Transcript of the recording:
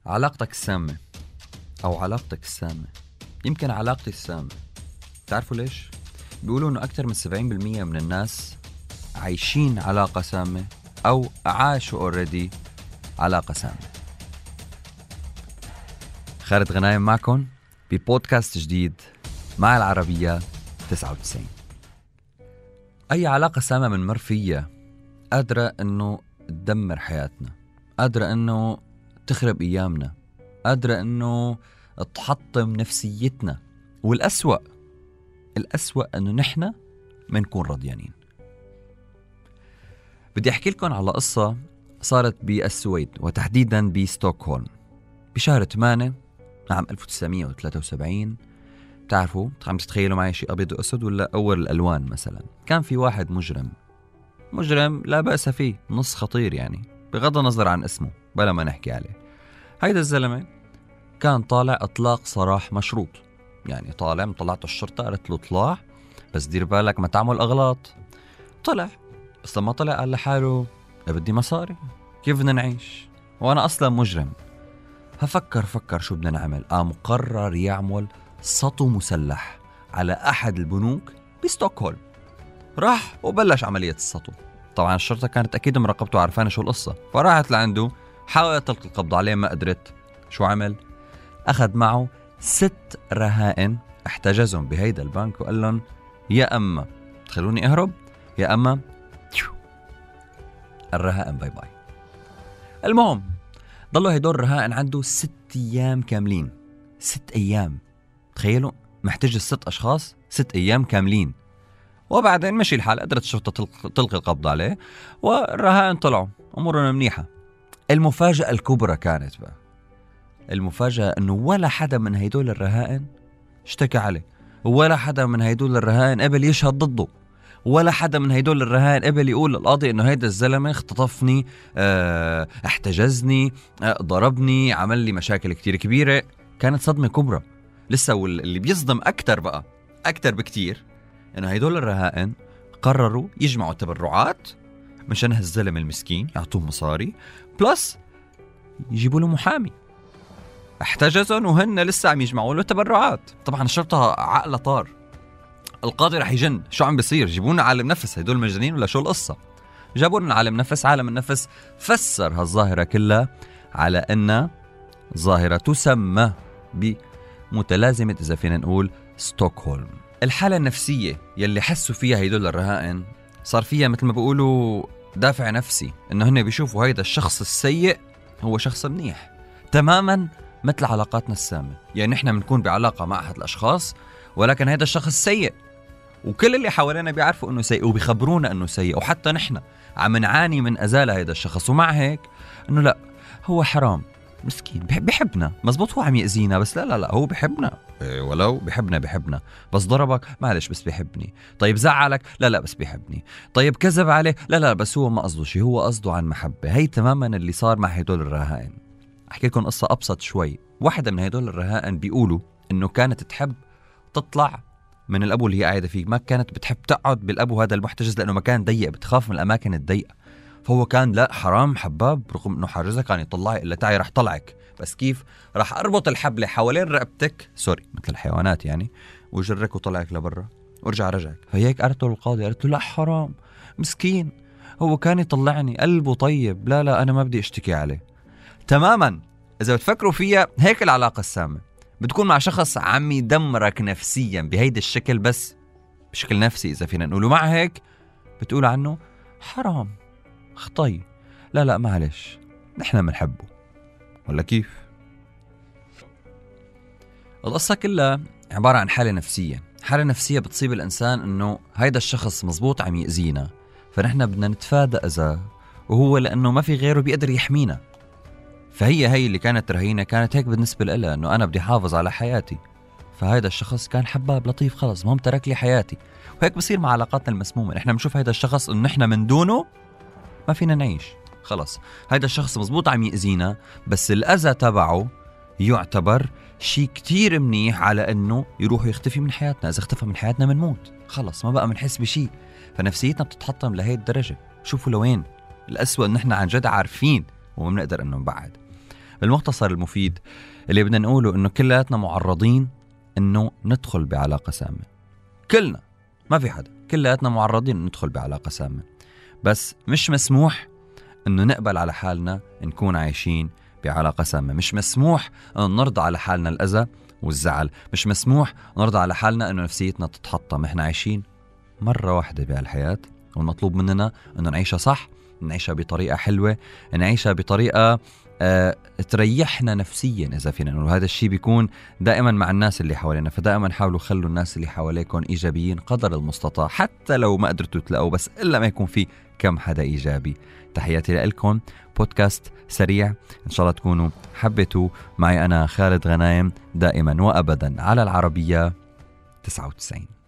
علاقتك السامة أو علاقتك السامة، يمكن علاقتي السامة. تعرفوا ليش؟ بيقولوا إنه أكتر من 70% من الناس عايشين علاقة سامة أو عاشوا already علاقة سامة. خالد غنايم معكم ببودكاست جديد مع العربية 99. أي علاقة سامة بنمر فيها قادرة إنه تدمر حياتنا، قادرة إنه تخرب أيامنا، قادرة إنه تحطم نفسيتنا، والأسوأ إنه نحن منكون رضيانين. بدي أحكي لكم على قصة صارت بالسويد وتحديدا بستوكهولم بشهر 8 عام 1973. بتعرفوا عم تتخيلوا معي شيء أبيض وأسود ولا أول الألوان؟ مثلا كان في واحد مجرم لا بأس فيه، نص خطير يعني، بغض النظر عن اسمه بلا ما نحكي عليه. هيدا الزلمة كان طالع إطلاق سراح مشروط، يعني طلعت الشرطة قالت له اطلع بس دير بالك ما تعمل أغلاط. طلع، بس لما طلع قال لحاله بدي مصاري، كيف بدنا نعيش وأنا أصلا مجرم؟ فكر شو بدنا نعمل. قرر يعمل سطو مسلح على أحد البنوك بستوكهولم. راح وبلش عملية السطو. طبعا الشرطة كانت أكيد مراقبته وعرفانة شو القصة، فراحت لعنده حاولت تلقي القبض عليه، ما قدرت. شو عمل؟ أخذ معه 6 رهائن، احتجزهم بهيدا البنك وقال لهم يا أما تخلوني أهرب يا أما الرهائن باي باي. المهم ضلوا هيدول الرهائن عنده 6 أيام كاملين. 6 أيام، تخيلوا، محتجز 6 أشخاص 6 أيام كاملين. وبعدين مشي الحال، قدرت الشرطة تلقي القبض عليه والرهائن طلعوا أمورنا منيحة. المفاجأة الكبرى كانت بقى، المفاجأة أنه ولا حدا من هيدول الرهائن اشتكى عليه، ولا حدا من هيدول الرهائن قبل يشهد ضده، ولا حدا من هيدول الرهائن قبل يقول للقاضي انه هيدا الزلمة اختطفني، احتجزني، ضربني، عمل لي مشاكل كتير كبيرة. كانت صدمة كبرى. لسه واللي بيصدم أكتر بقى، أكتر بكتير، انه هيدول الرهائن قرروا يجمعوا تبرعات مشان هالزلمة المسكين، يعطوه مصاري بلس يجيبوا له محامي. احتجزون وهن لسه عم يجمعوا له تبرعات. طبعا الشرطة عقله طار، القاضي رح يجن، شو عم بيصير؟ جيبونا عالم نفس، هيدول مجانين ولا شو القصة؟ جابونا عالم نفس. عالم النفس فسر هالظاهرة كلها على أنها ظاهرة تسمى بمتلازمة، إذا فينا نقول، ستوكهولم. الحالة النفسية يلي حسوا فيها هيدول الرهائن صار فيها مثل ما بيقولوا دافع نفسي، إنه هن بيشوفوا هيدا الشخص السيء هو شخص منيح، تماما مثل علاقاتنا السامة. يعني نحن بنكون بعلاقة مع أحد الأشخاص ولكن هيدا الشخص سيء، وكل اللي حوالينا بيعرفوا انه سيء وبيخبرونا انه سيء، وحتى نحن عم نعاني من ازالة هيدا الشخص. ومع هيك انه لا، هو حرام مسكين بيحبنا، مزبوط، هو عم يأذينا بس لا هو بيحبنا، ولو بيحبنا بس ضربك معلش بس بيحبني. طيب زعلك لا بس بيحبني. طيب كذب عليه لا بس هو ما قصده شيء، هو قصده عن محبة. هي تماما اللي صار مع هيدول الرهائن. احكي لكم قصة ابسط شوي. واحدة من هيدول الرهائن بيقولوا انه كانت تحب تطلع من الأبو اللي هي قاعدة فيه، ما كانت بتحب تقعد بالأبو هذا المحتجز لأنه مكان ضيق، بتخاف من الأماكن الضيقة. فهو كان لا حرام حباب، رغم أنه حاجزك كان يطلعي إلا تعي رح طلعك، بس كيف رح أربط الحبلة حوالين رقبتك، سوري مثل الحيوانات يعني، وجرك وطلعك لبرا ورجع رجعك. فهيك قالت له القاضي، قالت له لا حرام مسكين، هو كان يطلعني، قلبه طيب، لا أنا ما بدي اشتكي عليه. تماما إذا بتفكروا فيها هيك العلاقة السامة بتكون مع شخص عم يدمرك نفسيا بهيدا الشكل، بس بشكل نفسي إذا فينا نقوله. مع هيك بتقول عنه حرام خطي، لا معلش نحن منحبه، ولا كيف؟ القصة كلها عبارة عن حالة نفسية بتصيب الإنسان إنه هيدا الشخص مزبوط عم يأذينا، فنحن بدنا نتفادى أذاه، وهو لأنه ما في غيره بيقدر يحمينا. فهي اللي كانت رهينة، كانت هيك بالنسبة لها، أنه أنا بدي حافظ على حياتي، فهيدا الشخص كان حباب لطيف، خلص مهم ترك لي حياتي. وهيك بصير مع علاقاتنا المسمومة، نحن بنشوف هيدا الشخص أنه نحن من دونه ما فينا نعيش، خلص هيدا الشخص مزبوط عم يأذينا، بس الأذى تبعه يعتبر شيء كتير منيح على أنه يروح يختفي من حياتنا. إذا اختفى من حياتنا منموت، خلص ما بقى منحس بشيء. فنفسيتنا بتتحطم لهي الدرجة. شوفوا لوين الأسوأ، أن نحن عن جد عارفين وما بنقدر أنه نبعد. المختصر المفيد اللي بدنا نقوله إنه كلياتنا معرضين إنه ندخل بعلاقة سامة. كلنا، ما في حدا، كلياتنا معرضين ندخل بعلاقة سامة، بس مش مسموح إنه نقبل على حالنا نكون عايشين بعلاقة سامة. مش مسموح إنه نرضى على حالنا الأذى والزعل. مش مسموح نرضى على حالنا إنه نفسيتنا تتحطم. إحنا عايشين مرة واحدة بهالحياة، والمطلوب مننا إنه نعيشها صح، نعيشها بطريقة حلوة، نعيشها بطريقة تريحنا نفسيا إذا فينا نقول. هذا الشيء بيكون دائما مع الناس اللي حوالينا، فدائما حاولوا خلوا الناس اللي حواليكم إيجابيين قدر المستطاع، حتى لو ما قدرتوا تلاقوا، بس إلا ما يكون في كم حدا إيجابي. تحياتي لكم. بودكاست سريع، إن شاء الله تكونوا حبيتوا. معي أنا خالد غنايم، دائما وأبدا على العربية 99.